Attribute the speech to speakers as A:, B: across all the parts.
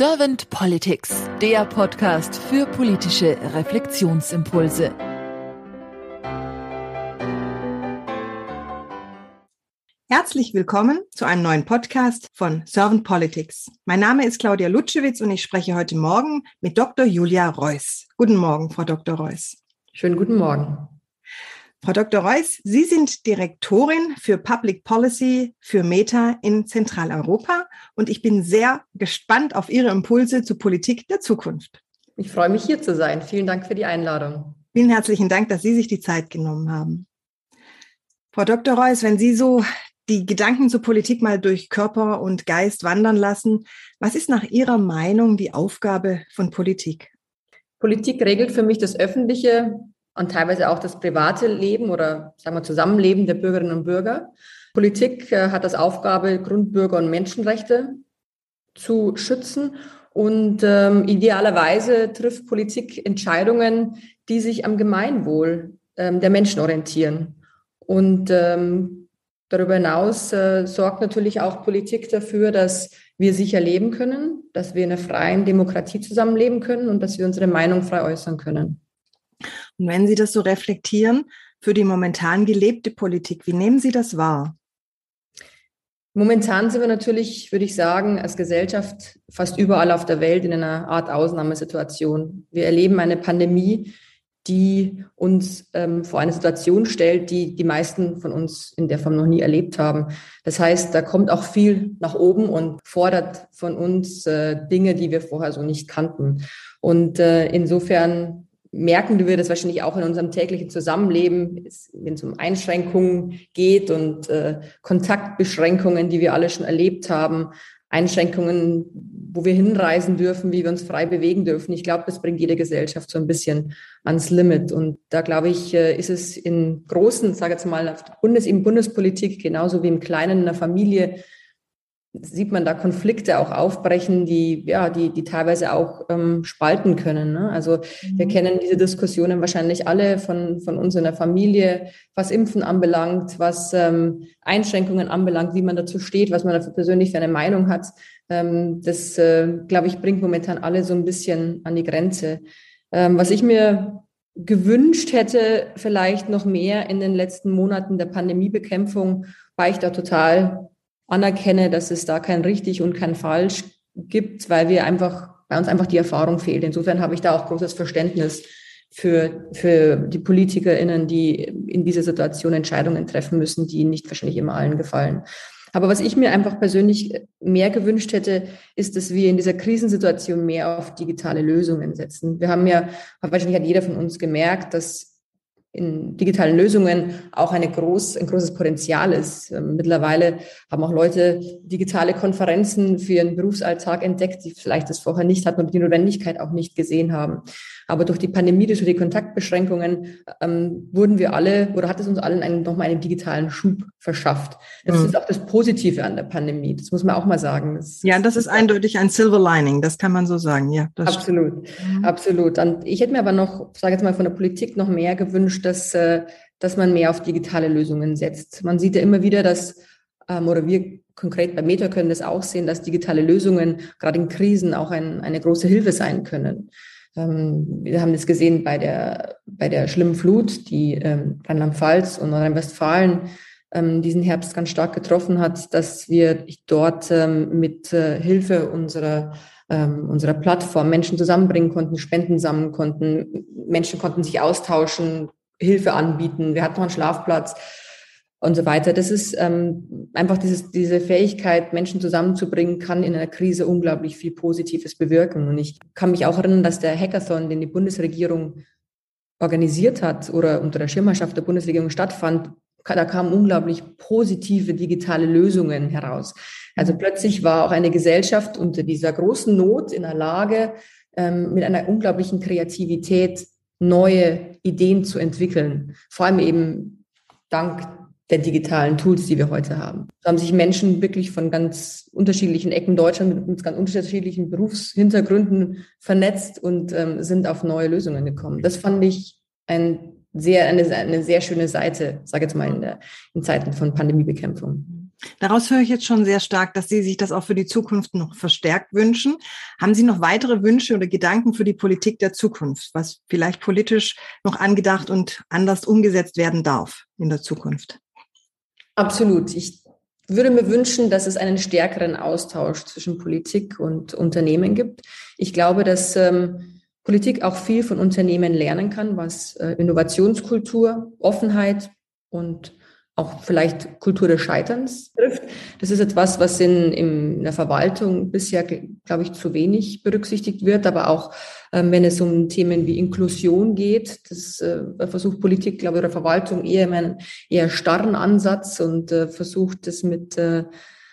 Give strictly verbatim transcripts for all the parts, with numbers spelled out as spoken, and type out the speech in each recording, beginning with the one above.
A: Servant Politics, der Podcast für politische Reflexionsimpulse.
B: Herzlich willkommen zu einem neuen Podcast von Servant Politics. Mein Name ist Claudia Lutschewitz und ich spreche heute Morgen mit Doktor Julia Reuss. Guten Morgen, Frau Doktor Reuss.
C: Schönen guten Morgen.
B: Frau Doktor Reuss, Sie sind Direktorin für Public Policy für Meta in Zentraleuropa und ich bin sehr gespannt auf Ihre Impulse zur Politik der Zukunft.
C: Ich freue mich, hier zu sein. Vielen Dank für die Einladung.
B: Vielen herzlichen Dank, dass Sie sich die Zeit genommen haben. Frau Doktor Reuss, wenn Sie so die Gedanken zur Politik mal durch Körper und Geist wandern lassen, was ist nach Ihrer Meinung die Aufgabe von Politik?
C: Politik regelt für mich das öffentliche und teilweise auch das private Leben oder sagen wir Zusammenleben der Bürgerinnen und Bürger. Politik äh, hat als Aufgabe, Grundbürger- und Menschenrechte zu schützen und ähm, idealerweise trifft Politik Entscheidungen, die sich am Gemeinwohl ähm, der Menschen orientieren. Und ähm, darüber hinaus äh, sorgt natürlich auch Politik dafür, dass wir sicher leben können, dass wir in einer freien Demokratie zusammenleben können und dass wir unsere Meinung frei äußern können.
B: Und wenn Sie das so reflektieren, für die momentan gelebte Politik, wie nehmen Sie das wahr?
C: Momentan sind wir natürlich, würde ich sagen, als Gesellschaft fast überall auf der Welt in einer Art Ausnahmesituation. Wir erleben eine Pandemie, die uns ähm, vor eine Situation stellt, die die meisten von uns in der Form noch nie erlebt haben. Das heißt, da kommt auch viel nach oben und fordert von uns äh, Dinge, die wir vorher so nicht kannten. Und äh, insofern merken wir das wahrscheinlich auch in unserem täglichen Zusammenleben, wenn es um Einschränkungen geht und äh, Kontaktbeschränkungen, die wir alle schon erlebt haben, Einschränkungen, wo wir hinreisen dürfen, wie wir uns frei bewegen dürfen. Ich glaube, das bringt jede Gesellschaft so ein bisschen ans Limit. Und da, glaube ich, ist es in großen, sage ich jetzt mal, auf Bundes, in Bundespolitik, genauso wie im Kleinen in der Familie, sieht man da Konflikte auch aufbrechen, die ja, die, die teilweise auch ähm, spalten können. Ne? Also mhm. wir kennen diese Diskussionen wahrscheinlich alle von, von uns in der Familie, was Impfen anbelangt, was ähm, Einschränkungen anbelangt, wie man dazu steht, was man dafür persönlich für eine Meinung hat. Ähm, das, äh, glaube ich, bringt momentan alle so ein bisschen an die Grenze. Ähm, was ich mir gewünscht hätte, vielleicht noch mehr in den letzten Monaten der Pandemiebekämpfung, war ich da total anerkenne, dass es da kein richtig und kein falsch gibt, weil wir einfach, bei uns einfach die Erfahrung fehlt. Insofern habe ich da auch großes Verständnis für, für die PolitikerInnen, die in dieser Situation Entscheidungen treffen müssen, die nicht wahrscheinlich immer allen gefallen. Aber was ich mir einfach persönlich mehr gewünscht hätte, ist, dass wir in dieser Krisensituation mehr auf digitale Lösungen setzen. Wir haben ja, wahrscheinlich hat jeder von uns gemerkt, dass in digitalen Lösungen auch eine groß, ein großes Potenzial ist. Mittlerweile haben auch Leute digitale Konferenzen für ihren Berufsalltag entdeckt, die vielleicht das vorher nicht hatten und die Notwendigkeit auch nicht gesehen haben. Aber durch die Pandemie, durch die Kontaktbeschränkungen ähm, wurden wir alle oder hat es uns allen einen, nochmal einen digitalen Schub verschafft. Das mhm. ist auch das Positive an der Pandemie. Das muss man auch mal sagen. Das,
B: ja, das ist eindeutig ein Silver Lining. Das kann man so sagen. Ja, das
C: absolut, mhm. absolut. Und ich hätte mir aber noch, sage jetzt mal, von der Politik noch mehr gewünscht, dass, äh, dass man mehr auf digitale Lösungen setzt. Man sieht ja immer wieder, dass ähm, oder wir konkret bei Meta können das auch sehen, dass digitale Lösungen gerade in Krisen auch ein, eine große Hilfe sein können. Wir haben das gesehen bei der, bei der schlimmen Flut, die ähm, Rheinland-Pfalz und Nordrhein-Westfalen ähm, diesen Herbst ganz stark getroffen hat, dass wir dort ähm, mit äh, Hilfe unserer, ähm, unserer Plattform Menschen zusammenbringen konnten, Spenden sammeln konnten, Menschen konnten sich austauschen, Hilfe anbieten, wir hatten noch einen Schlafplatz und so weiter. Das ist ähm, einfach dieses, diese Fähigkeit, Menschen zusammenzubringen, kann in einer Krise unglaublich viel Positives bewirken. Und ich kann mich auch erinnern, dass der Hackathon, den die Bundesregierung organisiert hat oder unter der Schirmherrschaft der Bundesregierung stattfand, da kamen unglaublich positive digitale Lösungen heraus. Also plötzlich war auch eine Gesellschaft unter dieser großen Not in der Lage, ähm, mit einer unglaublichen Kreativität neue Ideen zu entwickeln. Vor allem eben dank der digitalen Tools, die wir heute haben. Da haben sich Menschen wirklich von ganz unterschiedlichen Ecken Deutschlands mit, mit ganz unterschiedlichen Berufshintergründen vernetzt und ähm, sind auf neue Lösungen gekommen. Das fand ich ein sehr, eine, eine sehr schöne Seite, sage ich jetzt mal, in, der, in Zeiten von Pandemiebekämpfung.
B: Daraus höre ich jetzt schon sehr stark, dass Sie sich das auch für die Zukunft noch verstärkt wünschen. Haben Sie noch weitere Wünsche oder Gedanken für die Politik der Zukunft, was vielleicht politisch noch angedacht und anders umgesetzt werden darf in der Zukunft?
C: Absolut. Ich würde mir wünschen, dass es einen stärkeren Austausch zwischen Politik und Unternehmen gibt. Ich glaube, dass ähm, Politik auch viel von Unternehmen lernen kann, was äh, Innovationskultur, Offenheit und auch vielleicht Kultur des Scheiterns trifft. Das ist etwas, was in, in der Verwaltung bisher, glaube ich, zu wenig berücksichtigt wird. Aber auch ähm, wenn es um Themen wie Inklusion geht, das äh, versucht Politik, glaube ich, oder Verwaltung eher einen eher starren Ansatz und äh, versucht es mit, äh,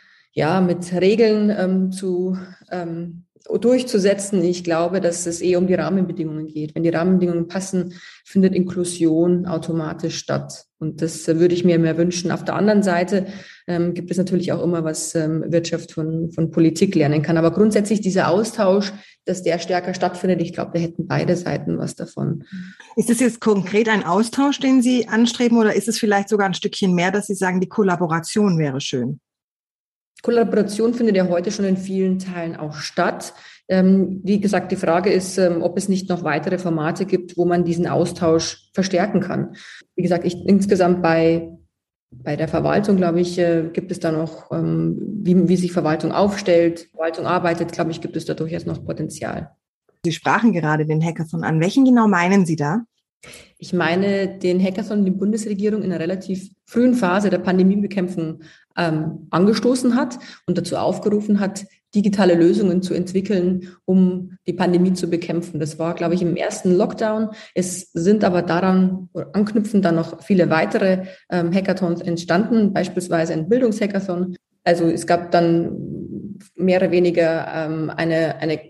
C: ja, mit Regeln ähm, zu ähm, durchzusetzen. Ich glaube, dass es eher um die Rahmenbedingungen geht. Wenn die Rahmenbedingungen passen, findet Inklusion automatisch statt. Und das würde ich mir mehr wünschen. Auf der anderen Seite ähm, gibt es natürlich auch immer, was ähm, Wirtschaft von, von Politik lernen kann. Aber grundsätzlich dieser Austausch, dass der stärker stattfindet, ich glaube, da hätten beide Seiten was davon.
B: Ist es jetzt konkret ein Austausch, den Sie anstreben, oder ist es vielleicht sogar ein Stückchen mehr, dass Sie sagen, die Kollaboration wäre schön?
C: Kollaboration findet ja heute schon in vielen Teilen auch statt. Ähm, wie gesagt, die Frage ist, ähm, ob es nicht noch weitere Formate gibt, wo man diesen Austausch verstärken kann. Wie gesagt, ich, insgesamt bei, bei der Verwaltung, glaube ich, äh, gibt es da noch, ähm, wie, wie sich Verwaltung aufstellt, Verwaltung arbeitet, glaube ich, gibt es da durchaus noch Potenzial.
B: Sie sprachen gerade den Hackathon an. Welchen genau meinen Sie da?
C: Ich meine den Hackathon, den die Bundesregierung in einer relativ frühen Phase der Pandemiebekämpfung ähm, angestoßen hat und dazu aufgerufen hat, digitale Lösungen zu entwickeln, um die Pandemie zu bekämpfen. Das war, glaube ich, im ersten Lockdown. Es sind aber daran anknüpfend dann noch viele weitere ähm, Hackathons entstanden, beispielsweise ein Bildungshackathon. Also es gab dann mehr oder weniger ähm, eine, eine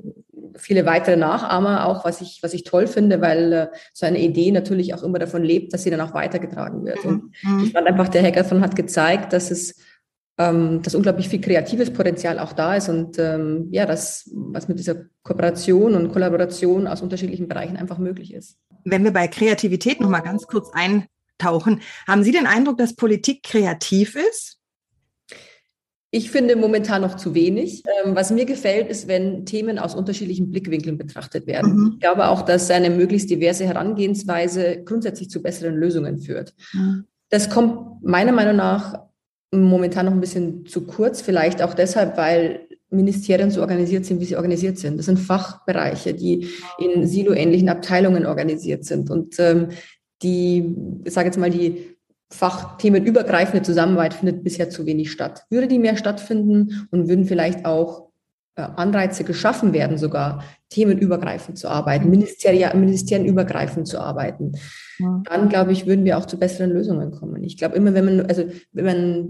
C: viele weitere Nachahmer auch, was ich, was ich toll finde, weil äh, so eine Idee natürlich auch immer davon lebt, dass sie dann auch weitergetragen wird. Und
B: Mhm.
C: ich fand einfach, der Hackathon hat gezeigt, dass es ähm, dass unglaublich viel kreatives Potenzial auch da ist und ähm, ja, das, was mit dieser Kooperation und Kollaboration aus unterschiedlichen Bereichen einfach möglich ist.
B: Wenn wir bei Kreativität noch mal ganz kurz eintauchen, haben Sie den Eindruck, dass Politik kreativ ist?
C: Ich finde momentan noch zu wenig. Ähm, was mir gefällt, ist, wenn Themen aus unterschiedlichen Blickwinkeln betrachtet werden. Mhm. Ich glaube auch, dass eine möglichst diverse Herangehensweise grundsätzlich zu besseren Lösungen führt. Mhm. Das kommt meiner Meinung nach momentan noch ein bisschen zu kurz, vielleicht auch deshalb, weil Ministerien so organisiert sind, wie sie organisiert sind. Das sind Fachbereiche, die in siloähnlichen Abteilungen organisiert sind. Und ähm, die, ich sage jetzt mal, die fachthemenübergreifende Zusammenarbeit findet bisher zu wenig statt. Würde die mehr stattfinden und würden vielleicht auch äh, Anreize geschaffen werden, sogar themenübergreifend zu arbeiten, Ministerien, ministerienübergreifend zu arbeiten, ja. Dann, glaube ich, würden wir auch zu besseren Lösungen kommen. Ich glaube immer, wenn man, also wenn man,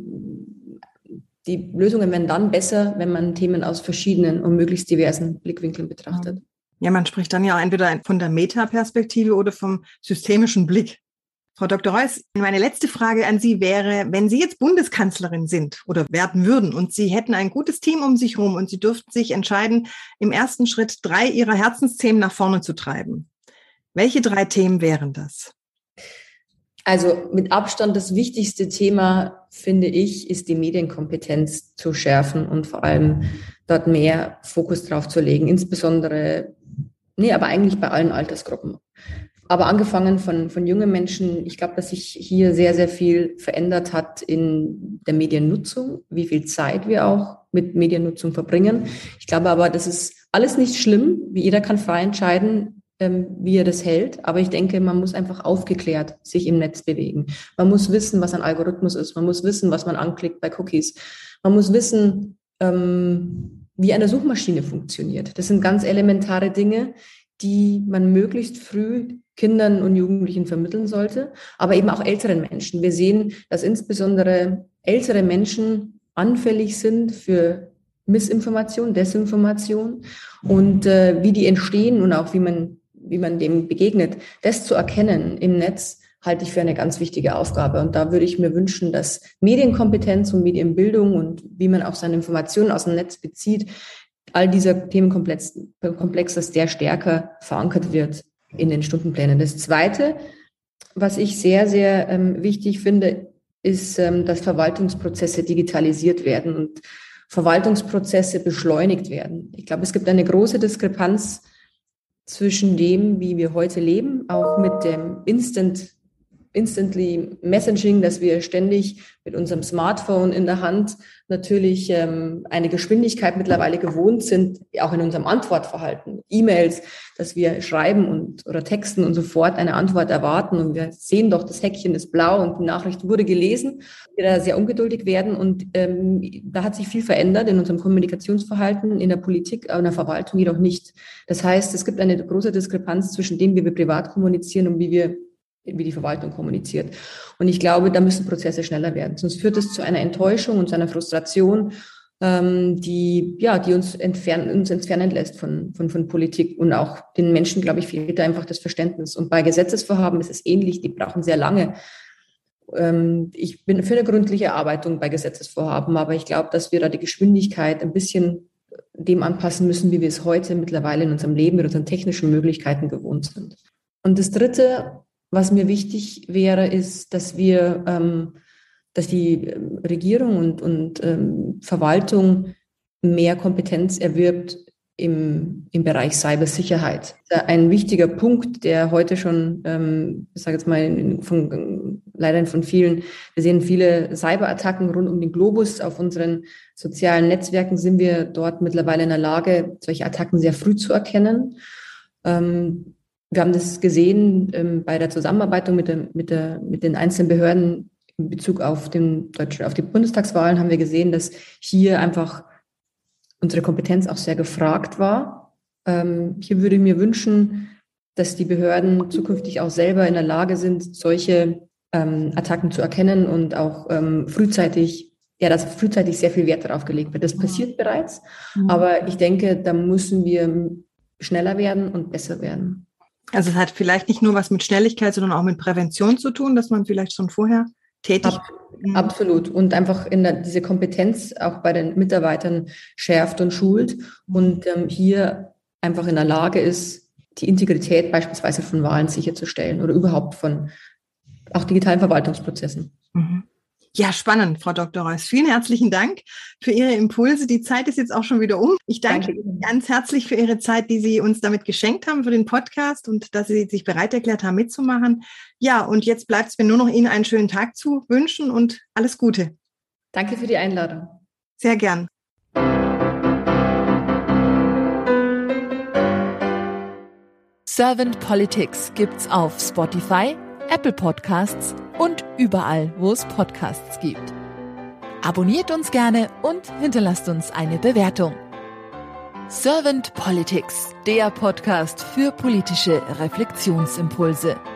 C: die Lösungen werden dann besser, wenn man Themen aus verschiedenen und möglichst diversen Blickwinkeln betrachtet.
B: Ja, man spricht dann ja entweder von der Metaperspektive oder vom systemischen Blick. Frau Doktor Reuss, meine letzte Frage an Sie wäre, wenn Sie jetzt Bundeskanzlerin sind oder werden würden und Sie hätten ein gutes Team um sich herum und Sie dürften sich entscheiden, im ersten Schritt drei Ihrer Herzensthemen nach vorne zu treiben. Welche drei Themen wären das?
C: Also mit Abstand das wichtigste Thema, finde ich, ist die Medienkompetenz zu schärfen und vor allem dort mehr Fokus drauf zu legen, insbesondere, nee, aber eigentlich bei allen Altersgruppen. Aber angefangen von, von jungen Menschen, ich glaube, dass sich hier sehr, sehr viel verändert hat in der Mediennutzung, wie viel Zeit wir auch mit Mediennutzung verbringen. Ich glaube aber, das ist alles nicht schlimm, wie jeder kann frei entscheiden, ähm, wie er das hält. Aber ich denke, man muss einfach aufgeklärt sich im Netz bewegen. Man muss wissen, was ein Algorithmus ist. Man muss wissen, was man anklickt bei Cookies. Man muss wissen, ähm, wie eine Suchmaschine funktioniert. Das sind ganz elementare Dinge, die man möglichst früh Kindern und Jugendlichen vermitteln sollte, aber eben auch älteren Menschen. Wir sehen, dass insbesondere ältere Menschen anfällig sind für Missinformation, Desinformation und äh, wie die entstehen und auch wie man, wie man dem begegnet. Das zu erkennen im Netz halte ich für eine ganz wichtige Aufgabe. Und da würde ich mir wünschen, dass Medienkompetenz und Medienbildung und wie man auch seine Informationen aus dem Netz bezieht, all dieser Themenkomplex, Komplex, dass der stärker verankert wird in den Stundenplänen. Das Zweite, was ich sehr, sehr ähm, wichtig finde, ist, dass Verwaltungsprozesse digitalisiert werden und Verwaltungsprozesse beschleunigt werden. Ich glaube, es gibt eine große Diskrepanz zwischen dem, wie wir heute leben, auch mit dem Instant Instantly Messaging, dass wir ständig mit unserem Smartphone in der Hand natürlich ähm, eine Geschwindigkeit mittlerweile gewohnt sind, auch in unserem Antwortverhalten, E-Mails, dass wir schreiben und oder texten und sofort eine Antwort erwarten und wir sehen doch, das Häkchen ist blau und die Nachricht wurde gelesen, wir da sehr ungeduldig werden und ähm, da hat sich viel verändert in unserem Kommunikationsverhalten, in der Politik, in der Verwaltung jedoch nicht. Das heißt, es gibt eine große Diskrepanz zwischen dem, wie wir privat kommunizieren und wie wir wie die Verwaltung kommuniziert. Und ich glaube, da müssen Prozesse schneller werden. Sonst führt es zu einer Enttäuschung und zu einer Frustration, ähm, die, ja, die uns entfernen, uns entfernen lässt von, von, von Politik. Und auch den Menschen, glaube ich, fehlt da einfach das Verständnis. Und bei Gesetzesvorhaben ist es ähnlich. Die brauchen sehr lange. Ähm, ich bin für eine gründliche Erarbeitung bei Gesetzesvorhaben, aber ich glaube, dass wir da die Geschwindigkeit ein bisschen dem anpassen müssen, wie wir es heute mittlerweile in unserem Leben mit unseren technischen Möglichkeiten gewohnt sind. Und das Dritte, was mir wichtig wäre, ist, dass wir, ähm, dass die Regierung und, und ähm, Verwaltung mehr Kompetenz erwirbt im, im Bereich Cybersicherheit. Ein wichtiger Punkt, der heute schon, ähm, ich sage jetzt mal, von, leider von vielen, wir sehen viele Cyberattacken rund um den Globus. Auf unseren sozialen Netzwerken sind wir dort mittlerweile in der Lage, solche Attacken sehr früh zu erkennen. Ähm, Wir haben das gesehen ähm, bei der Zusammenarbeit mit, der, mit, der, mit den einzelnen Behörden in Bezug auf, den Deutschen, auf die Bundestagswahlen haben wir gesehen, dass hier einfach unsere Kompetenz auch sehr gefragt war. Ähm, hier würde ich mir wünschen, dass die Behörden zukünftig auch selber in der Lage sind, solche ähm, Attacken zu erkennen und auch ähm, frühzeitig, ja, dass frühzeitig sehr viel Wert darauf gelegt wird. Das passiert bereits, mhm. aber ich denke, da müssen wir schneller werden und besser werden.
B: Also es hat vielleicht nicht nur was mit Schnelligkeit, sondern auch mit Prävention zu tun, dass man vielleicht schon vorher tätig
C: ist. Absolut. Und einfach in der, diese Kompetenz auch bei den Mitarbeitern schärft und schult und ähm, hier einfach in der Lage ist, die Integrität beispielsweise von Wahlen sicherzustellen oder überhaupt von auch digitalen Verwaltungsprozessen.
B: Mhm. Ja, spannend, Frau Doktor Reuss. Vielen herzlichen Dank für Ihre Impulse. Die Zeit ist jetzt auch schon wieder um. Ich danke, danke Ihnen ganz herzlich für Ihre Zeit, die Sie uns damit geschenkt haben, für den Podcast und dass Sie sich bereit erklärt haben, mitzumachen. Ja, und jetzt bleibt es mir nur noch Ihnen einen schönen Tag zu wünschen und alles Gute.
C: Danke für die Einladung.
B: Sehr gern.
A: Servant Politics gibt's auf Spotify, Apple Podcasts und überall, wo es Podcasts gibt. Abonniert uns gerne und hinterlasst uns eine Bewertung. Servant Politics, der Podcast für politische Reflexionsimpulse.